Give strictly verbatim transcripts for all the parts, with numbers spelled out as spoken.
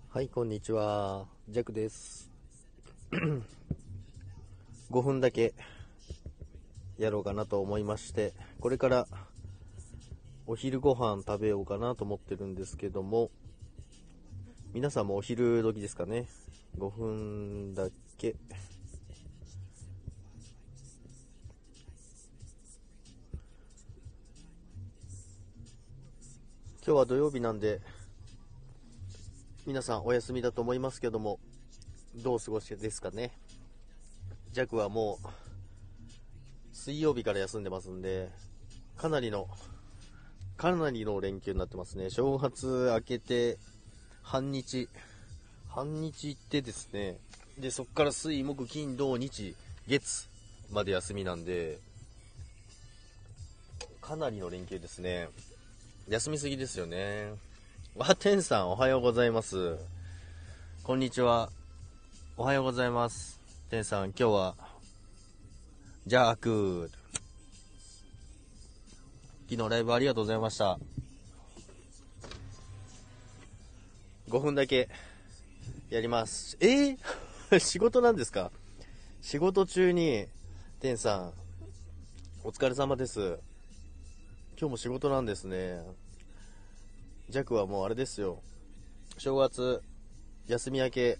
はい、こんにちは。ジャクです。ごふんだけやろうかなと思いまして、これからお昼ご飯食べようかなと思ってるんですけども、皆さんもお昼時ですかね。ごふんだけ。今日は土曜日なんで、皆さんお休みだと思いますけども、どうお過ごしですかね。ジャクはもう水曜日から休んでますんで、かなりのかなりの連休になってますね。正月明けて半日半日行ってですね、でそっから水木金土日月まで休みなんで、かなりの連休ですね。休みすぎですよね。わ、てんさんおはようございます。こんにちは。おはようございます。てんさん、今日はジャーク昨日ライブありがとうございました。ごふんだけやります。えー、仕事なんですか？仕事中に、てんさんお疲れ様です。今日も仕事なんですね。ジャクはもうあれですよ、正月休み明け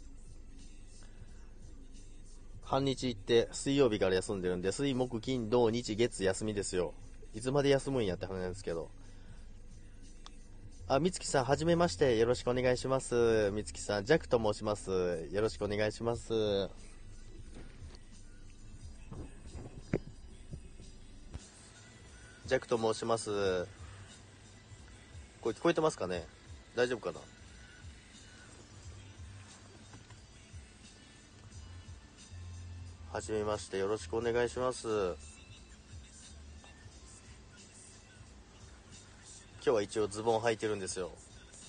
半日行って水曜日から休んでるんで、水木金土日月休みですよ。いつまで休むんやって話なんですけど。あ、みつきさんはじめまして、よろしくお願いします。みつきさん、ジャクと申します。よろしくお願いします。ジャクと申します。これ聞こえてますかね？大丈夫かな？はじめまして、よろしくお願いします。今日は一応ズボン履いてるんですよ。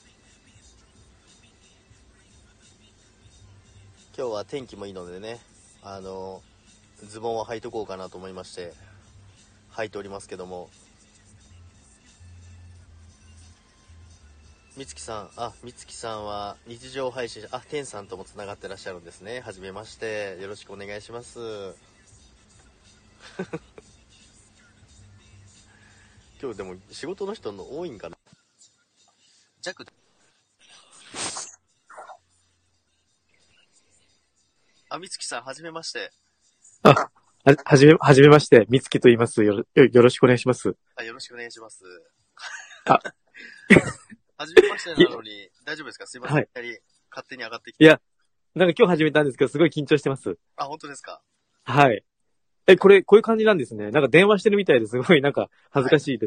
今日は天気もいいのでね、あのズボンを履いとこうかなと思いまして履いておりますけども、みつきさん、あ、みつきさんは日常配信者、あ、天さんともつながってらっしゃるんですね。はじめまして、よろしくお願いします。今日でも仕事の人の多いんかな。ジャク、あ、みつきさんはじめまして。 あ、は、はじめ、はじめまして、みつきと言います。よろ、よよろしくお願いします。 あ、よろしくお願いします。 あ、 はじめましてい、 なのに大丈夫ですか？すいません、 はい。 いきなり勝手に上がってきて。 いや、なんか今日始めたんですけど、すごい緊張してます。 あ、本当ですか？ はい。え、これ、こういう感じなんですね。なんか電話してるみたいですごい、なんか恥ずはい。 かしいです。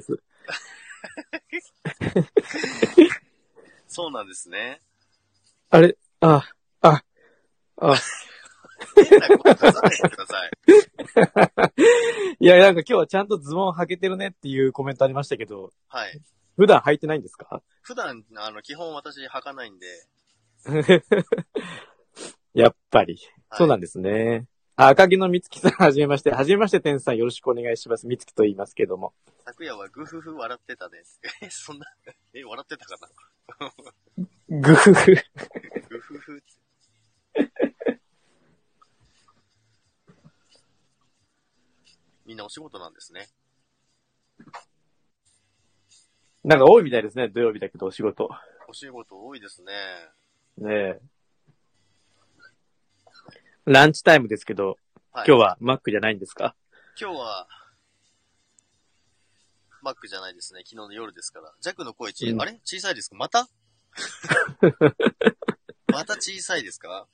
そうなんですね。 あれ、あ、あ、あ。 変な声出さないでください。 いや、なんか今日はちゃんとズボン履けてるねっていうコメントありましたけど、 はい。 普段履いてないんですか？ 普段、あの、基本私履かないんで、 やっぱり。そはい。 うなんですね。あ、赤木のみつきさん、はじめまして。はじめまして、天さん、よろしくお願いします。みつきと言いますけども。 昨夜はグフフ笑ってたです。え、そんな、え、笑ってたかな？ ぐふふ。 グフフ。みんなお仕事なんですね。 なんか多いみたいですね。土曜日だけどお仕事。 お仕事多いですね。 ねえ。ランチタイムですけど、 はい。 今日はマックじゃないんですか？ 今日は、マックじゃないですね。昨日の夜ですから。ジャックの声ち、 うん。 あれ小さいですか？またまた小さいですか？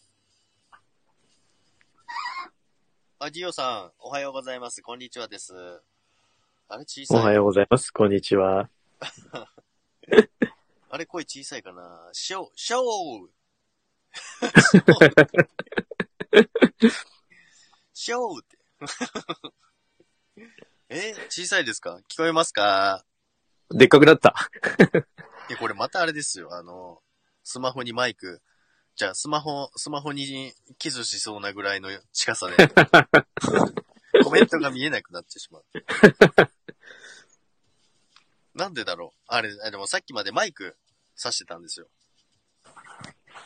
あ、ジオさん、おはようございます。こんにちはです。あれ小さい。 おはようございます。こんにちは。 あれ声小さいかな？ショー、ショーショーショーって。え小さいですか？聞こえますか？ でっかくなった。 え、これまたあれですよ。あの、スマホにマイク、じゃあスマホ、スマホにキスしそうなぐらいの近さで、コメントが見えなくなってしまう。なんでだろうあれ、でもさっきまでマイク挿してたんですよ。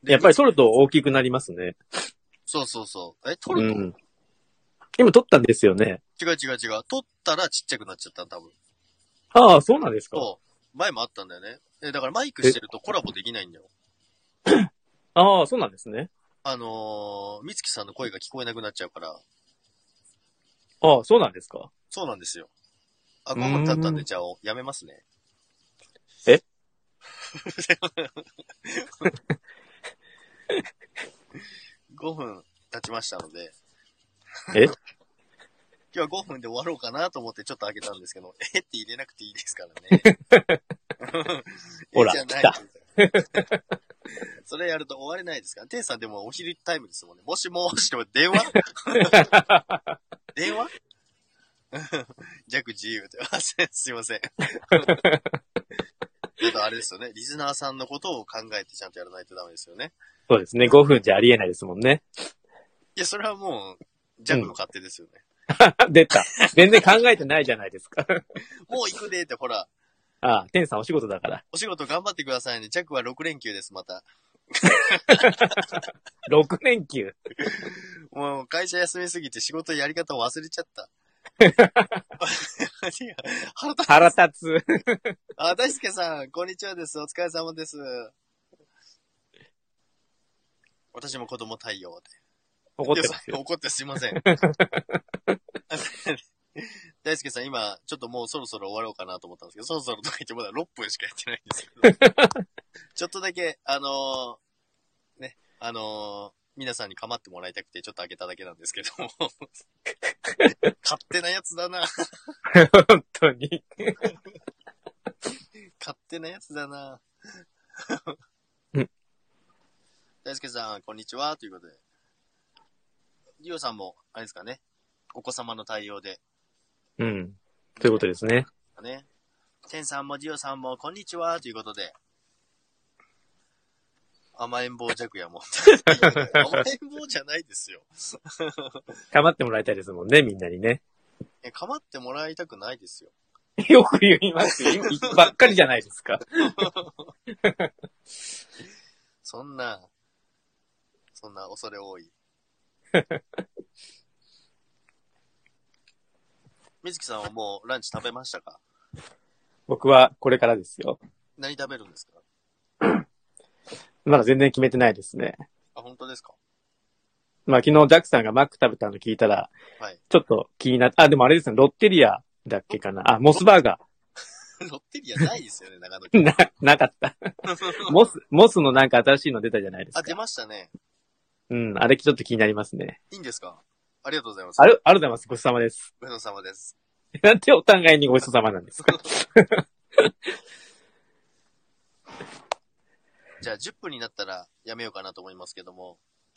やっぱり取ると大きくなりますね。 そうそうそう。え、取ると、うん、 今取ったんですよね。 違う違う違う。取ったらちっちゃくなっちゃった多分。 ああ、そうなんですか。 そう。前もあったんだよね。え、だからマイクしてるとコラボできないんだよ。 ああ、そうなんですね。 あのー、みつきさんの声が聞こえなくなっちゃうから。 ああ、そうなんですか。 そうなんですよ。あ、ごふん経ったんで、じゃあ、やめますね。 えごふん経ちましたので。 え今日はごふんで終わろうかなと思ってちょっと開けたんですけど、えって入れなくていいですからね。 ほら、 えじゃない。それやると終われないですから。テイさんでもお昼タイムですもんね。もしもしでも電話電話弱自由って。すいません。ちょっとあれですよね。リスナーさんのことを考えてちゃんとやらないとダメですよね。 そうですね。ごふんじゃありえないですもんね。 いや、それはもう、弱の勝手ですよね。 うん、出た。全然考えてないじゃないですか。 もう行くでってほら。 ああ、テンさんお仕事だから。 お仕事頑張ってくださいね。弱はろく連休です、また。 ろく連休もう会社休みすぎて仕事やり方を忘れちゃった。 腹立つ。 あ、大輔さん、こんにちはです。お疲れ様です。私も子供対応で。 怒ってますよ。 怒ってすいません。大輔さん、今、ちょっともうそろそろ終わろうかなと思ったんですけど、そろそろとか言ってまだろっぷんしかやってないんですけど。ちょっとだけ、あのー、ね、あのー、皆さんに構ってもらいたくてちょっと開けただけなんですけども。勝手なやつだな。 本当に。 勝手なやつだな。大輔さん、こんにちは。ということで。リオさんも、あれですかね。お子様の対応で。 うん。ということですね。 ね。テンさんもジオさんも、こんにちは。ということで。甘えん坊弱やもん。甘えん坊じゃないですよ。 かまってもらいたいですもんね、みんなにね。 え、かまってもらいたくないですよ。 よく言いますよ。今ばっかりじゃないですか。 そんな、そんな恐れ多い。みずきさんはもうランチ食べましたか？ 僕はこれからですよ。 何食べるんですか？ まだ全然決めてないですね。 あ、本当ですか？ まあ昨日ジャックさんがマック食べたの聞いたら、はい、ちょっと気になって、あ、でもあれですね、ロッテリアだっけかな。あ、モスバーガー。ロッテリアないですよね、長野県。 な、なかった。モス、モスのなんか新しいの出たじゃないですか。 あ、出ましたね。 うん、あれちょっと気になりますね。 いいんですか？ありがとうございます。 ある、ありがとうございます。ごちそうさまです。 ごちそうさまです。 なんでお互いにごちそうさまなんですか？ じゃあじゅっぷんになったらやめようかなと思いますけども。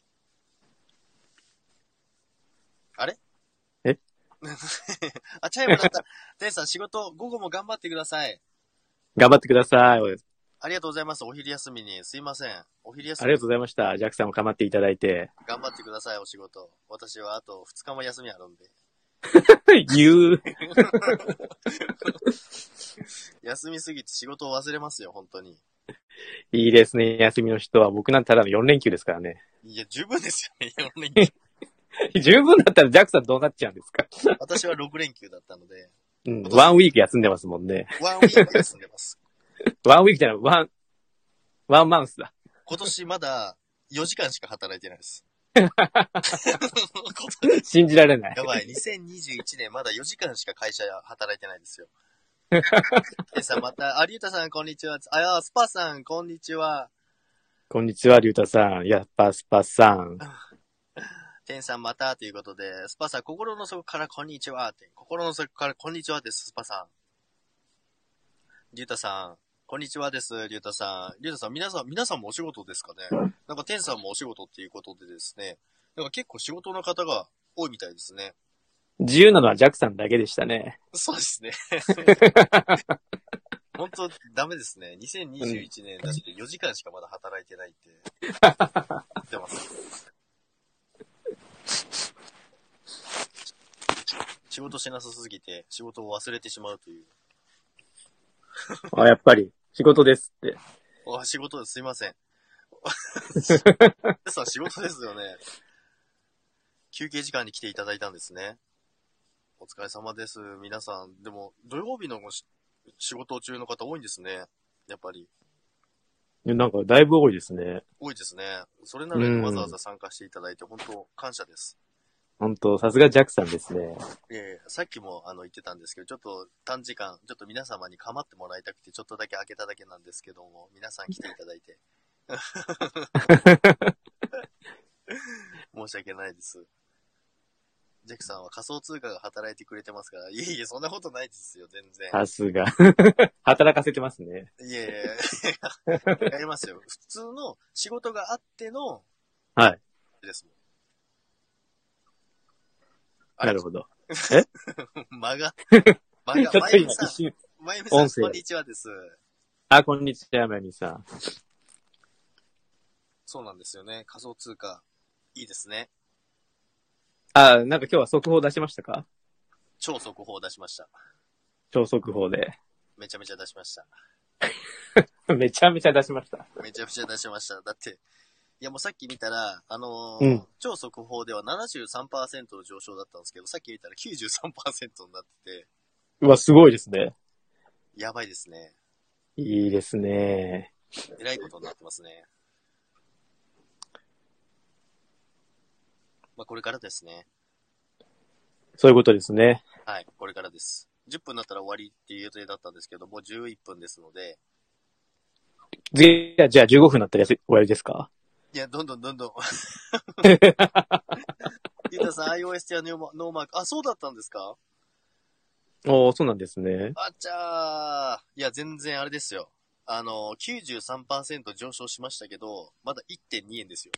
あれえあ、チャイムだった。テンさん仕事午後も頑張ってください。 頑張ってください。 ありがとうございます。お昼休みに。すいません。お昼休み。 ありがとうございました。ジャックさんも構っていただいて。 頑張ってください、お仕事。私はあとふつかも休みあるんで。 言う。 休みすぎて仕事を忘れますよ、本当に。 いいですね。休みの人は。僕なんてただのよん連休ですからね。 いや、十分ですよね、よん連休。 十分だったらジャックさんどうなっちゃうんですか？ 私はろく連休だったので。 うん、ワンウィーク休んでますもんね。 ワンウィーク休んでます。 ワンウィークじゃない、ワン、ワンマンスだ。 今年まだよじかんしか働いてないです。 信じられない。 やばい、にせんにじゅういちねんまだよじかんしか会社働いてないですよ。えさんまた、あ、りゅうたさんこんにちは。あや、スパさんこんにちは。 こんにちは、りゅうたさん。やっぱスパさん。 てんさんまたということで、スパさん心の底からこんにちはって。心の底からこんにちはです、スパさん。りゅうたさん、こんにちはです、りゅうたさん。りゅうたさん、皆さん、皆さんもお仕事ですかね？なんか、てんさんもお仕事っていうことでですね、なんか結構仕事の方が多いみたいですね。 自由なのはジャックさんだけでしたね。 そうですね。本当ダメですね。にせんにじゅういちねんだってよじかんしかまだ働いてないって言ってます。仕事しなさすぎて仕事を忘れてしまうという。 あ、やっぱり仕事ですって。 あ、仕事です。すいません。 よ。皆さん仕事ですよね。休憩時間に来ていただいたんですね。お疲れ様です。皆さん、でも土曜日の仕事中の方多いんですね。やっぱり。 なんかだいぶ多いですね。 多いですね。それなのにわざわざ参加していただいて、本当感謝です。 本当さすがジャックさんですね。 いやいや、さっきもあの言ってたんですけど、ちょっと短時間、ちょっと皆様に構ってもらいたくて、ちょっとだけ開けただけなんですけども、皆さん来ていただいて。申し訳ないです。ジャックさんは仮想通貨が働いてくれてますから、いえいえ、そんなことないですよ、全然。 さすが。働かせてますね。 いえいえ、やりますよ。普通の仕事があっての、 はい。 ですもん。 なるほど。え間が、間が、 ちょっと今さん、 一瞬。 まゆみさん、こんにちはです。 あ、こんにちは、まゆみさん。 そうなんですよね。仮想通貨、いいですね。 あ、なんか今日は速報出しましたか？ 超速報出しました。 超速報で。 めちゃめちゃ出しました。 めちゃめちゃ出しました。 めちゃめちゃ出しました。だって、いやもうさっき見たら、あのーうん、 超速報では ななじゅうさんパーセント の上昇だったんですけど、さっき見たら きゅうじゅうさんパーセント になってて。 うわ、すごいですね。 やばいですね。 いいですね。 えらいことになってますね。まあ、これからですね。 そういうことですね。 はい、これからです。じゅっぷんになったら終わりっていう予定だったんですけど、もうじゅういっぷんですので。 次は、じゃあじゅうごふんになったら終わりですか？ いや、どんどんどんどん。ゆうたさん、iOS やノーマーク。あ、そうだったんですか？ おー、そうなんですね。 あちゃー。いや、全然あれですよ。あの、きゅうじゅうさんパーセント 上昇しましたけど、まだ いってんに 円ですよ。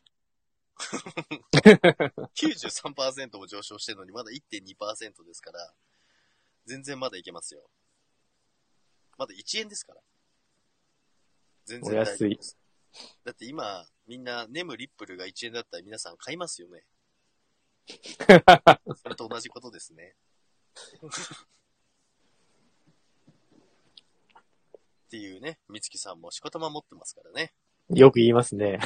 きゅうじゅうさんパーセント も上昇してるのにまだ いってんにパーセント ですから、全然まだいけますよ。まだいちえんですから。全然大丈夫です。だって今、みんな、ネムリップルがいちえんだったら皆さん買いますよね。それと同じことですね。っていうね、みつきさんもしこたま持ってますからね。 よく言いますね。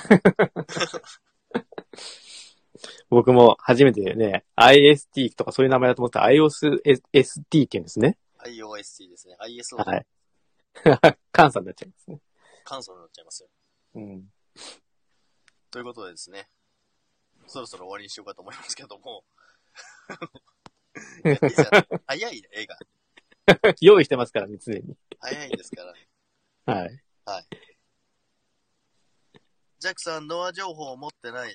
僕も初めてね、アイエスティー とかそういう名前だと思ったら アイオーエスティー って言うんですね。 アイオーエスティー ですね。アイエスオーはい。関西になっちゃいますね。 関西になっちゃいますよ。 うん。 ということでですね、そろそろ終わりにしようかと思いますけども。いや、いいじゃん。早いね、絵が。 用意してますからね、常に。 早いんですから。 はい。 はい。ジャックさん、ノア情報を持ってない。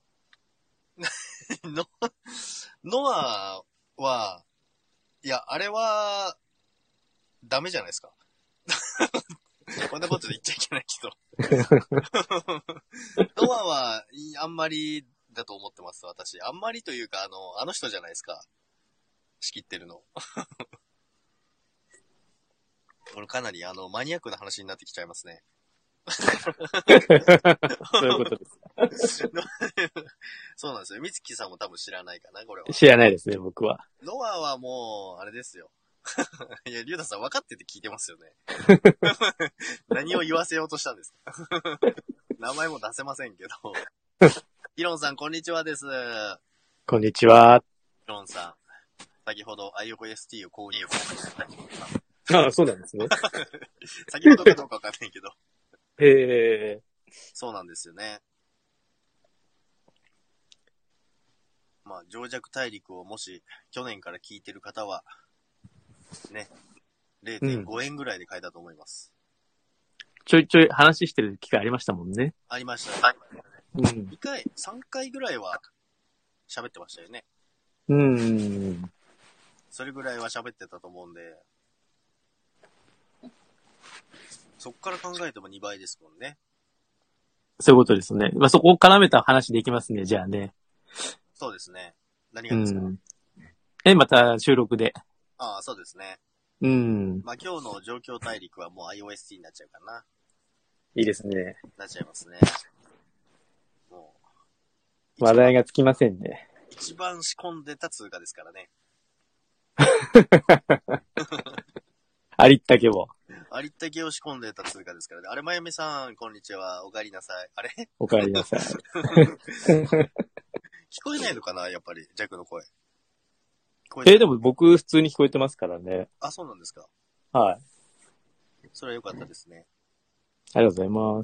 ノノアは、いや、あれは、ダメじゃないですか。こんなこと言っちゃいけないけど。ノアは、あんまりだと思ってます、私。あんまりというか、あの、あの人じゃないですか。仕切ってるの。これかなり、あの、マニアックな話になってきちゃいますね。 そういうことです。 そうなんですよ。みつきさんも多分知らないかな、これは。 知らないですね、僕は。 ノアはもう、あれですよ。いや、リュウダさん分かってて聞いてますよね。何を言わせようとしたんですか？名前も出せませんけど。ヒロンさん、こんにちはです。 こんにちは。 ヒロンさん、先ほど アイオーエスティー を購入しました。 ああ、そうなんですね。 先ほどかどうかわかんないけど。 へえ。 そうなんですよね。まあ、情弱大陸をもし去年から聞いてる方は、ね、れいてんごえんぐらいで買えたと思います。 うん、ちょいちょい話してる機会ありましたもんね。 ありましたね。 うん。 にかい、さんかいぐらいは喋ってましたよね。 うん。 それぐらいは喋ってたと思うんで、そっから考えてもにばいですもんね。 そういうことですね。まあ、そこを絡めた話できますね、じゃあね。 そうですね。何がですか？うん、 え、また収録で。 ああ、そうですね。 うん。 まあ今日の状況大陸はもう アイオーエスティー になっちゃうかな。 いいですね。 なっちゃいますね。もう。話題がつきませんね。 一番仕込んでた通貨ですからね。 ありったけも。 ありったけ押し込んでた通貨ですからね。あれ、まゆみさん、こんにちは。お帰りなさい。あれお帰りなさい。 聞こえないのかなやっぱり、ジャックの声。 えー、でも僕普通に聞こえてますからね。 あ、そうなんですか。 はい。 それは良かったですね。 ありがとうございます。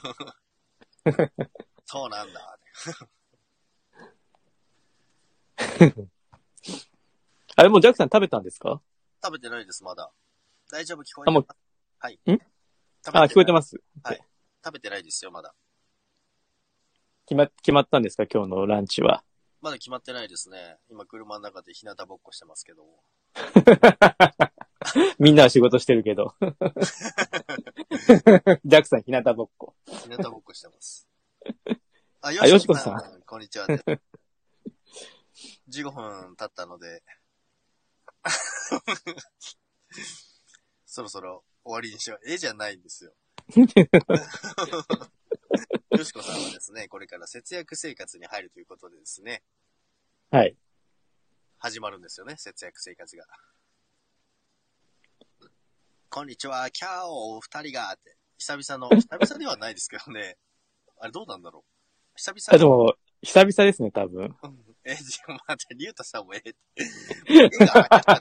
そうなんだ。 あれもうジャックさん食べたんですか？ 食べてないです、まだ。大丈夫、聞こえてます。はい。 んあ、聞こえてます。 はい。食べてないですよ、まだ。 決ま、決まったんですか今日のランチは。 まだ決まってないですね。今車の中で日向ぼっこしてますけど。 みんなは仕事してるけど。ジャックさん日向ぼっこ。 日向ぼっこしてます。あ、 よしこさん。 こんにちは。じゅうごふん経ったので、そろそろ終わりにしよう。絵じゃないんですよ。よしこさんはですね、これから節約生活に入るということでですね。 はい。 始まるんですよね、節約生活が。こんにちは、キャーオー二人がって。久々の、久々ではないですけどね。あれどうなんだろう。久々 あ、でも、久々ですね、多分。 え、じゃあ待って、リュウタさんもええって。絵が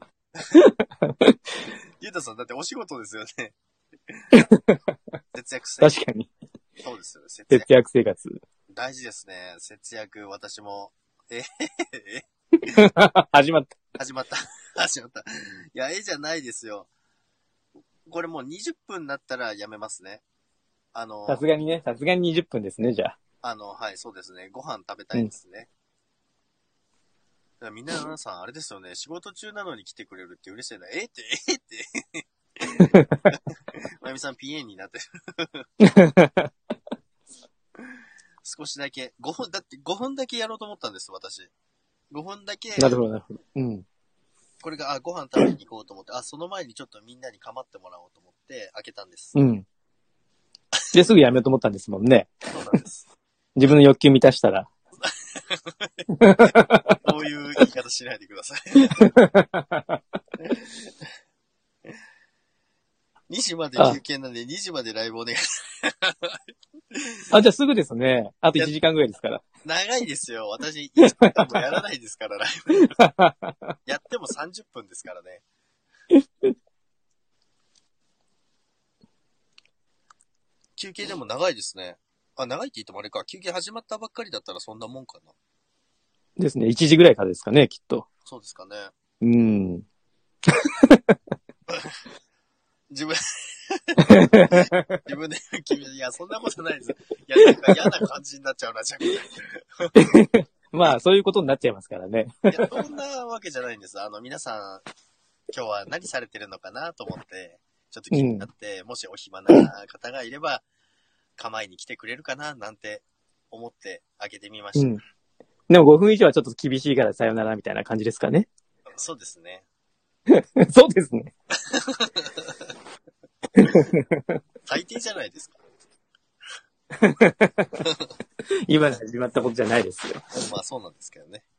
リュウタさんだってお仕事ですよね。節約生活。 確かに。 そうですよね。節約。節約生活。 大事ですね。節約、私も。ええ始まった。 始まった。始まった。いや、絵じゃないですよ。これもうにじゅっぷんになったらやめますね。あの、 さすがにね、さすがににじゅっぷんですね、じゃあ。 あの、はい、そうですね。ご飯食べたいですね。うん、みんな、皆さん、あれですよね。仕事中なのに来てくれるって嬉しいな。えって、えって。まゆみさん、ピーエー になってる。少しだけ。ごふん、だってごふんだけやろうと思ったんです、私。ごふんだけ。 なるほど、なるほど。うん。 これが、あ、ご飯食べに行こうと思って、あ、その前にちょっとみんなに構ってもらおうと思って開けたんです。 うん。で、すぐやめようと思ったんですもんね。 そうなんです。 自分の欲求満たしたら。 そういう言い方しないでください。にじまで休憩なんでにじまでライブお願いします。 あ、じゃあすぐですね。あといちじかんぐらいですから。 長いですよ。私、いちじかんもやらないですから、ライブ。やってもさんじゅっぷんですからね。休憩でも長いですね。あ、長いって言ってもあれか。休憩始まったばっかりだったらそんなもんかな。 ですね。いちじぐらいからですかね、きっと。 そうですかね。 うん。 自分、自分で君、いや、そんなことないです。いや、なんか嫌な感じになっちゃうな、じゃあ。 まあ、そういうことになっちゃいますからね。 いや、そんなわけじゃないんです。あの、皆さん、今日は何されてるのかなと思って、ちょっと気になって、うん、もしお暇な方がいれば、構いに来てくれるかな、なんて思って開けてみました。うん、 でもごふん以上はちょっと厳しいからさよならみたいな感じですかね。 そうですね。 そうですね。 最低じゃないですか。 今の始まったことじゃないですよ。 まあそうなんですけどね。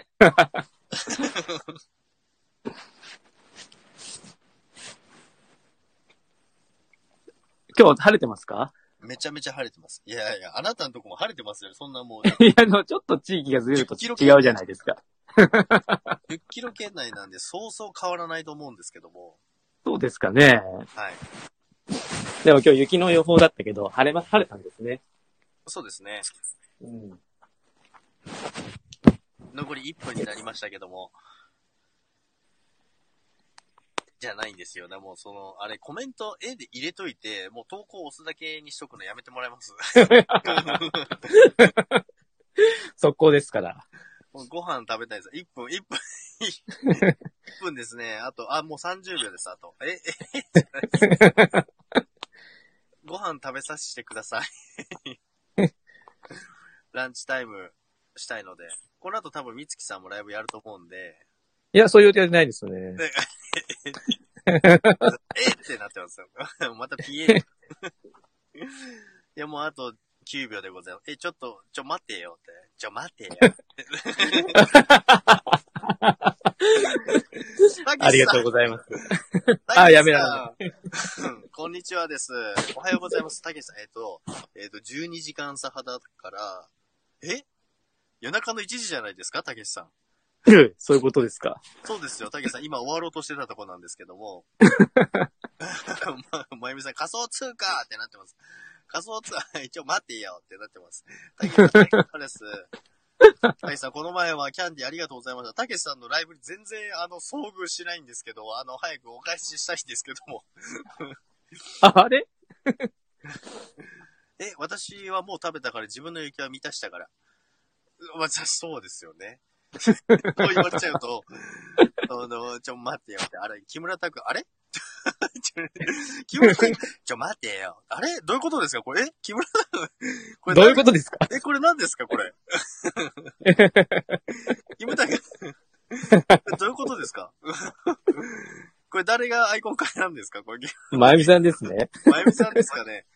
今日晴れてますか？ めちゃめちゃ晴れてます。いやいや、あなたのとこも晴れてますよ。そんなもう。 いや、あの、ちょっと地域がずれると違うじゃないですか。 じゅっキロ圏内なんで、そうそう変わらないと思うんですけども。 そうですかね。 はい。 でも今日雪の予報だったけど、晴れま、晴れたんですね。 そうですね。 うん。 残りいっぷんになりましたけども。じゃないんですよ。でも、その、あれ、コメント絵で入れといて、もう投稿押すだけにしとくのやめてもらえます？ 速攻ですから。 ご飯食べたいです。いっぷん、いっぷん、いっぷんですね。あと、あ、もうさんじゅうびょうです、あと。え、え、ご飯食べさせてください。ランチタイムしたいので。この後多分、みつきさんもライブやると思うんで。 いや、そういう予定はないですね。 えってなってますよ。また ピーエー。いや、もうあときゅうびょうでございます。え、ちょっと、ちょ、待ってよって。ちょ、待ってよ。 ありがとうございます。あ、やめられない。 こんにちはです。おはようございます。たけしさん、えっ、ー、と、えっ、ー、と、じゅうにじかん差派だから、え夜中のいちじじゃないですか、たけしさん。 そういうことですか。 そうですよ、たけしさん。今終わろうとしてたとこなんですけども。ま、まゆみさん、仮想通貨ってなってます。仮想通貨、一応待ってよってなってます。たけしさん、たけしです。たけしさん、この前はキャンディーありがとうございました。たけしさんのライブに全然、あの、遭遇しないんですけど、あの、早くお返ししたいんですけども。 あ、あれえ、私はもう食べたから自分の雪は満たしたから。まあ、そうですよね。こう言われちゃうと、あの、ちょ、待ってよって、あれ、木村拓、あれ木村拓、ちょ、待ってよ。あれどういうことですかこれ、え木村拓、これどういうことですかえ、これ何ですかこれ。木村拓、どういうことですかこれ誰がアイコン化なんですかこれ。 まゆみさんですね。 まゆみさんですかね。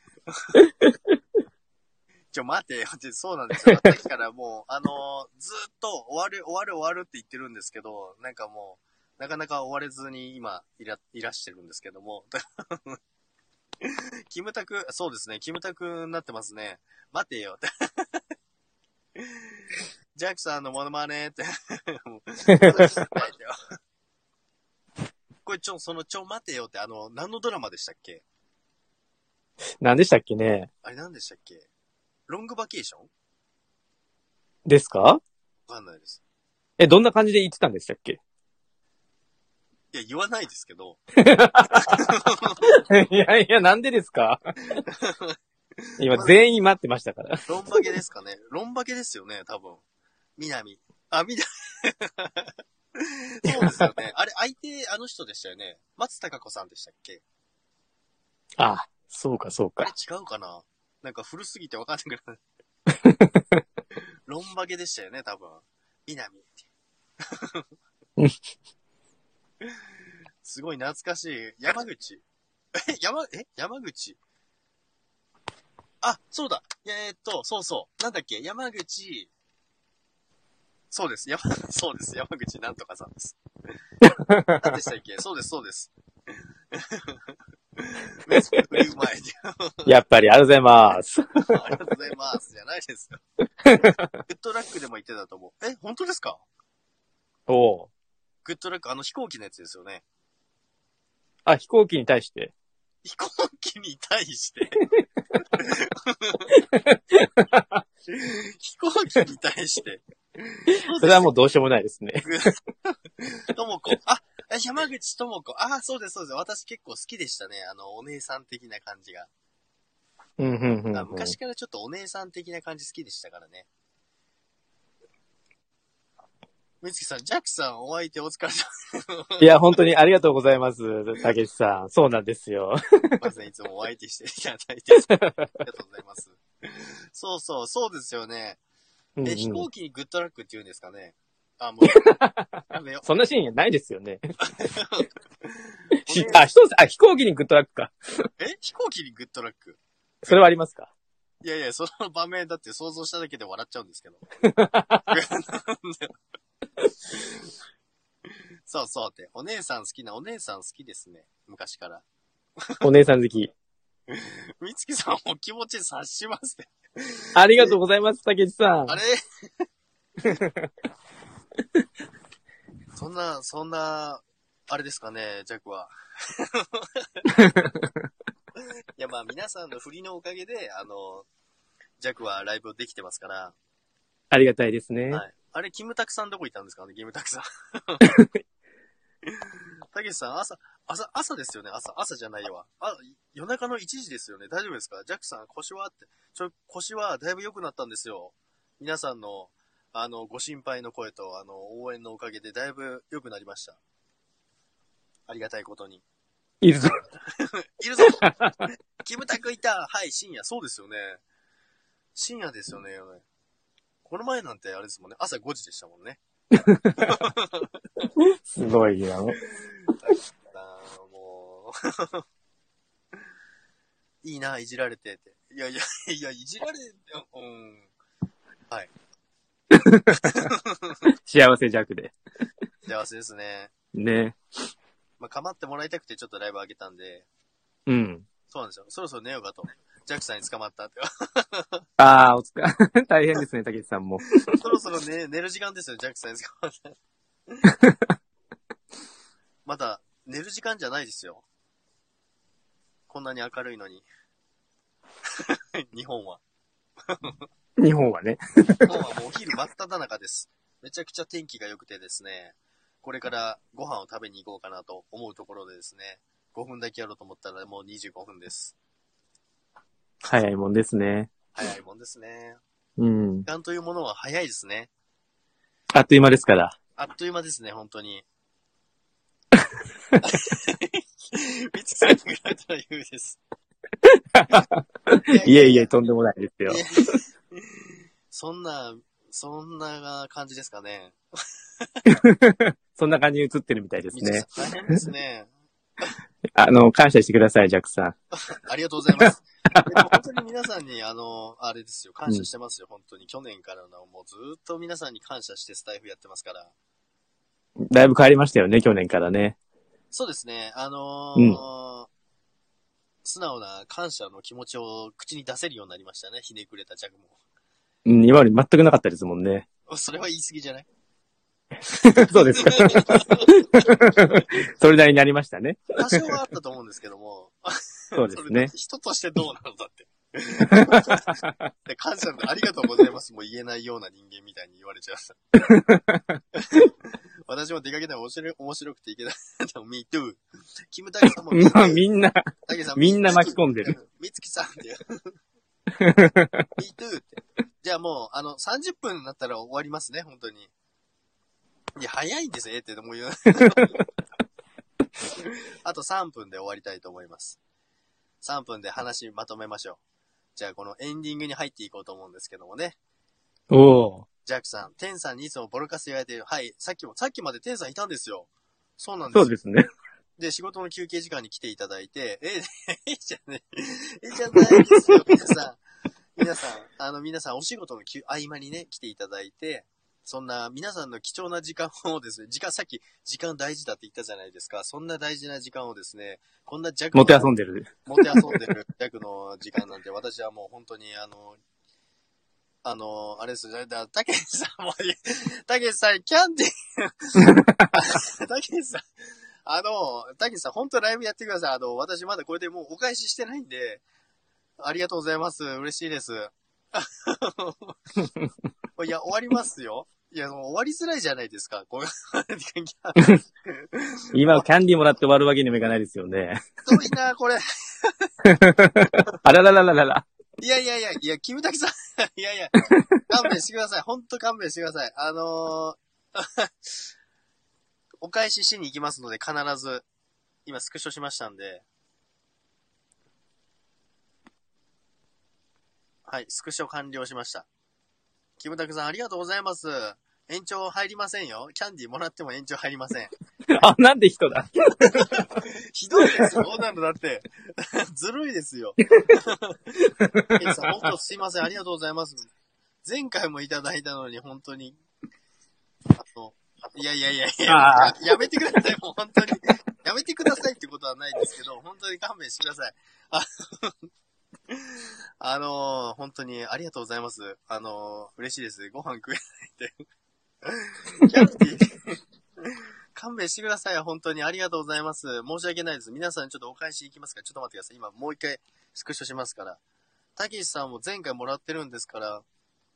ちょ、待てよって、そうなんですよ。さっきからもう、あのー、ずーっと終わる、終わる、終わるって言ってるんですけど、なんかもう、なかなか終われずに今、いら、いらしてるんですけども。キムタク、そうですね、キムタクになってますね。待てよって。ジャックさんのモノマネって。これちょ、その、ちょ、待てよって、あの、何のドラマでしたっけ？ 何でしたっけね。 あれ何でしたっけ？ロングバケーションですか？わかんないです。 え、どんな感じで言ってたんでしたっけ？ いや、言わないですけど。 いやいや、なんでですか？今、全員待ってましたから。 ロンバケですかね。ロンバケですよね、多分。南。あ、みな、そうですよね。あれ、相手、あの人でしたよね。松たか子さんでしたっけ？ あ、そうか、そうあれか。 違うかな？なんか古すぎてわかんないけど。ロンバケでしたよね、多分。南。すごい懐かしい。山口。え、山、え山口。あ、そうだ。えー、っと、そうそう。なんだっけ山口。そうです。山、そうです。山口なんとかさんです。何でしたっけそうです、そうです。めっちゃ振りうまい。 やっぱり、ありがとうございます。 ありがとうございます。じゃないですよ。グッドラックでも言ってたと思う。え、本当ですか？ おう。 グッドラック、あの飛行機のやつですよね。 あ、飛行機に対して。 飛行機に対して飛行機に対して。 それはもうどうしようもないですね。 ともこ。あ、山口ともこ。あ、そうです、そうです。私結構好きでしたね。あの、お姉さん的な感じが。 うん、うん、うん。 あ、昔からちょっとお姉さん的な感じ好きでしたからね。みつきさん、ジャックさん、お相手お疲れ様。 いや、本当にありがとうございます。たけしさん。そうなんですよ。 まずいつもお相手していただいて、ありがとうございます。そうそう、そうですよね。え、うんうん、飛行機にグッドラックって言うんですかね？あ、もう、やめよ。 そんなシーンないですよね。あ、一つ、あ、飛行機にグッドラックか。 え飛行機にグッドラック？ それはありますか？ いやいや、その場面だって想像しただけで笑っちゃうんですけど。そうそうって。お姉さん好きな、お姉さん好きですね。昔から。 お姉さん好き。 みつきさんお気持ち察しますね。 ありがとうございます、たけしさん。 あれそんな、そんな、あれですかね、ジャックは。いや、まあ皆さんの振りのおかげで、あの、ジャックはライブできてますから。 ありがたいですね。 はい。あれ、キムタクさんどこいたんですかね、キムタクさん。たけしさん、朝、朝、朝ですよね、朝、朝じゃないわ。あ、夜中のいちじですよね、大丈夫ですか？ジャックさん、腰はって、ちょ、腰はだいぶ良くなったんですよ。皆さんの、あの、ご心配の声と、あの、応援のおかげでだいぶ良くなりました。ありがたいことに。 いるぞ。 いるぞキムタクいたはい、深夜。そうですよね。深夜ですよね。この前なんてあれですもんね。朝ごじでしたもんね。 すごいよ。 もういいな、いじられてって。いやいや、いや、いじられて、うん。はい。 幸せ弱で。 幸せですね。 ね。 まあ、構ってもらいたくてちょっとライブ上げたんで。 うん。 そうなんですよ。そろそろ寝ようかと。ジャックさんに捕まったって。 ああ、おつか、大変ですね、竹内さんも。 そろそろ寝、寝る時間ですよ、ジャックさんに捕まった。まだ、寝る時間じゃないですよ。こんなに明るいのに。日本は。 日本はね。 日本はもうお昼真っ只中です。めちゃくちゃ天気が良くてですね、これからご飯を食べに行こうかなと思うところでですね、ごふんだけやろうと思ったらもうにじゅうごふんです。 早いもんですね。 早いもんですね。 うん。 時間というものは早いですね。 あっという間ですから。 あっという間ですね、本当に。みつきさんに比べたら言うです。 いえいえ、とんでもないですよ。 そんな、そんな感じですかね。 そんな感じに映ってるみたいですね。 大変ですね。 あの、感謝してください、ジャックさん。 ありがとうございます。でも本当に皆さんに、あの、あれですよ、感謝してますよ、うん、本当に。去年からの、もうずっと皆さんに感謝してスタイフやってますから。 だいぶ変わりましたよね、去年からね。 そうですね、あのーうん、素直な感謝の気持ちを口に出せるようになりましたね、ひねくれたジャグも。 うん、今まで全くなかったですもんね。 それは言い過ぎじゃない？ そうですか。それなりになりましたね。 多少はあったと思うんですけども。 そうですね。 人としてどうなのだって。で感謝のありがとうございますも言えないような人間みたいに言われちゃう。私も出かけたら面白面白くていけない。Me too。キムタクさんも。 まあみんな、みんな巻き込んでる。 みつきさんって。Me too って。じゃあもう、あの、さんじゅっぷんになったら終わりますね、本当に。いや、早いんですよ、えってもう言う。あとさんぷんで終わりたいと思います。さんぷんで話まとめましょう。じゃあこのエンディングに入っていこうと思うんですけどもね。 おー。 ジャックさん、テンさんにいつもボロカス言われてる。はい、さっきも、さっきまでテンさんいたんですよ。そうなんですよ。 そうですね。 で、仕事の休憩時間に来ていただいて、え、え、じゃねえ、じゃないですよ、皆さん。皆さん、あの、皆さんお仕事の合間にね、来ていただいて、そんな皆さんの貴重な時間をですね、時間、さっき時間大事だって言ったじゃないですか。そんな大事な時間をですね、こんな弱もて遊んでる。 もて遊んでる弱の時間なんて、私はもう本当にあの、あの、あれですよ、だたけしさんも、たけしさん、キャンディー、たけしさん、あの、たけしさん、本当ライブやってください。あの、私まだこれでもうお返ししてないんで、ありがとうございます。嬉しいです。いや、終わりますよ。いや、もう終わりづらいじゃないですか。こう今、キャンディーもらって終わるわけにもいかないですよね。 ひどいな、これ。 あらららららら。 いやいやいや、いや、キムタクさん、いやいや、勘弁してください。ほんと勘弁してください。あのー、お返ししに行きますので、必ず、今スクショしましたんで。はい、スクショ完了しました。キムタクさん、ありがとうございます。延長入りませんよ。キャンディーもらっても延長入りません。 あ、なんで人だひどいですよ。そうなのだって。ずるいですよ。ケイさん、本当すいません。ありがとうございます。前回もいただいたのに、本当に。あの、いやいやいやいや、や、やめてください。もう本当に。やめてくださいってことはないですけど、本当に勘弁してください。ああのー、本当にありがとうございます。あのー、嬉しいです。ご飯食えないって。キャンディー、勘弁してください。本当にありがとうございます。申し訳ないです。皆さんちょっとお返しいきますから、ちょっと待ってください。今もう一回スクショしますから。たけしさんも前回もらってるんですから、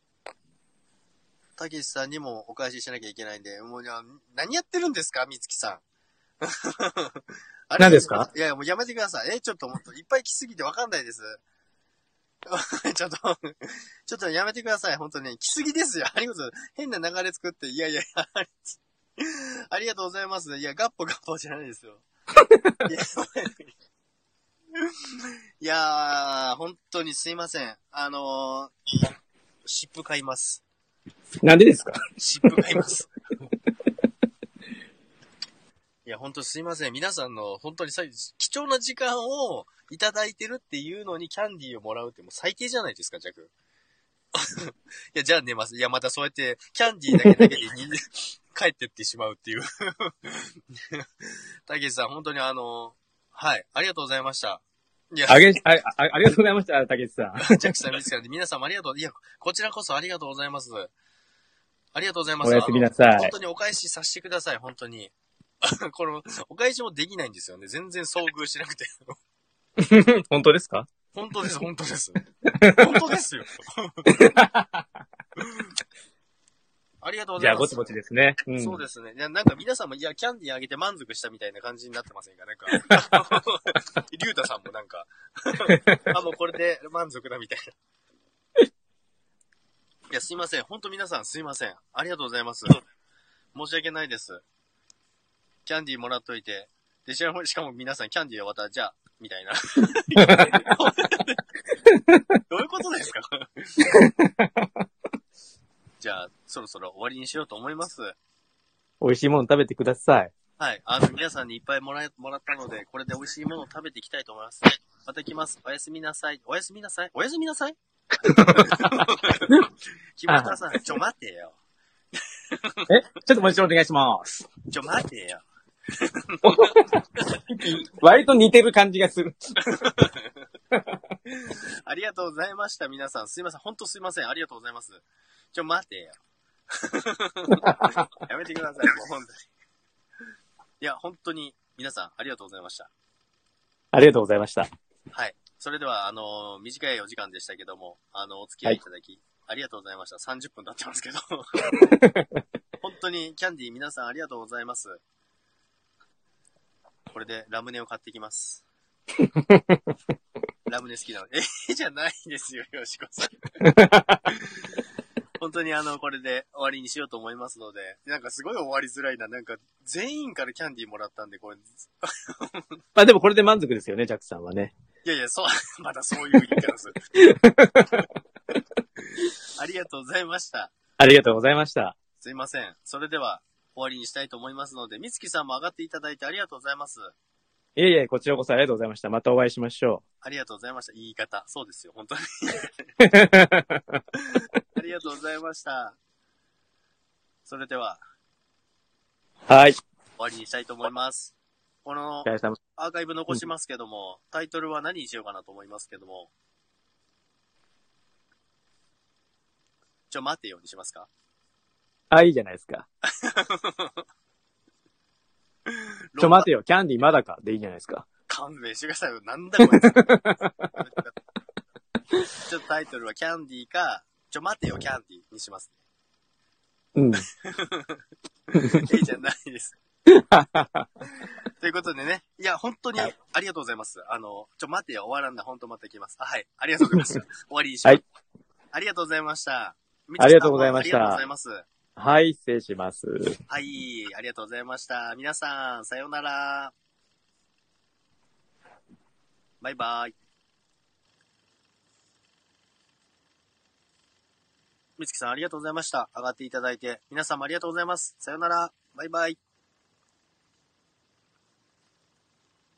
たけしさんにもお返ししなきゃいけないんで、もう何やってるんですか、みつきさん。 あれ何ですか？ いやいや、もうやめてください。え、ちょっともっといっぱい来すぎてわかんないです。ちょっと、ちょっとやめてください。本当に。来すぎですよ。ありがとう。変な流れ作って。いやいや、ありがとうございます。いや、ガッポガッポじゃないですよ。いやー、本当にすいません。あのー、湿布買います。 なんでですか？ 湿布買います。いや、本当すいません。皆さんの本当にさ貴重な時間をいただいてるっていうのにキャンディーをもらうってもう最低じゃないですか、ジャク。いや、じゃあ寝ます。いや、またそうやってキャンディーだけだけで帰ってってしまうっていう。たけしさん、本当にあの、はい、ありがとうございました。 いや、あげ、あ、あありがとうございました、竹内さん。 ジャックさん、ミツキさんで皆さんもありがとう。いや、こちらこそありがとうございます。ありがとうございます。 おやすみなさい。 本当にお返しさせてください、本当に。この、お返しもできないんですよね。全然遭遇しなくて。 本当ですか？ 本当です、本当です。本当ですよ。ありがとうございます。 じゃあ、ぼちぼちですね。 うん、そうですね。なんか皆さんも、いや、キャンディーあげて満足したみたいな感じになってませんか？なんか、リュウタさんもなんか、あ、もうこれで満足だみたいな。いや、すいません。本当皆さんすいません。ありがとうございます。申し訳ないです。キャンディーもらっといて。で、しかも、しかも皆さんキャンディー終わったら、じゃあ、みたいな。どういうことですか？じゃあ、そろそろ終わりにしようと思います。 美味しいもの食べてください。 はい。あの、皆さんにいっぱいもらえ、もらったので、これで美味しいものを食べていきたいと思います。また来ます。おやすみなさい。おやすみなさい。おやすみなさい。木村さん、ちょ待てよ。 え、ちょっともう一度お願いします。 ちょ待てよ。 割と似てる感じがする。 ありがとうございました、皆さん。すいません。ほんとすいません。ありがとうございます。ちょ、待てよ。やめてください、もう本当に。いや、本当に、皆さん、ありがとうございました。 ありがとうございました。 はい。それでは、あのー、短いお時間でしたけども、あの、お付き合いいただき、はい、ありがとうございました。さんじゅっぷん経ってますけど。本当に、キャンディー皆さんありがとうございます。これでラムネを買ってきます。ラムネ好きなの。えー、じゃないですよ、よしこさん。本当にあの、これで終わりにしようと思いますので、なんかすごい終わりづらいな。なんか、全員からキャンディーもらったんで、これ。 まあでもこれで満足ですよね、ジャックさんはね。 いやいや、そう、まだそういう言い方する。ありがとうございました。 ありがとうございました。 すいません。それでは、終わりにしたいと思いますので、みつきさんも上がっていただいてありがとうございます。 いえいえ、こちらこそありがとうございました。またお会いしましょう。 ありがとうございました。言い方。そうですよ、本当に。ありがとうございました。それでは、 はい。 終わりにしたいと思います。この、アーカイブ残しますけども、うん、タイトルは何にしようかなと思いますけども、ちょ、待ってようにしますか？ あ、いいじゃないですか。ちょ、待てよ、キャンディーまだかでいいじゃないですか。 勘弁してくださいよ。なんだこれ。ちょっとタイトルはキャンディーか、ちょ、待てよ、キャンディーにしますね。うん。 いいじゃないです。ということでね。いや、本当にありがとうございます。あの、ちょ、待てよ、終わらんな。本当また来ます。あ、はい。ありがとうございました。終わりにします。はい。ありがとうございました。 ありがとうございました。 ありがとうございます。 はい、失礼します。 はい、ありがとうございました。皆さん、さようなら。バイバイ。みつきさん、ありがとうございました。上がっていただいて。皆さんもありがとうございます。さようなら。バイバイ。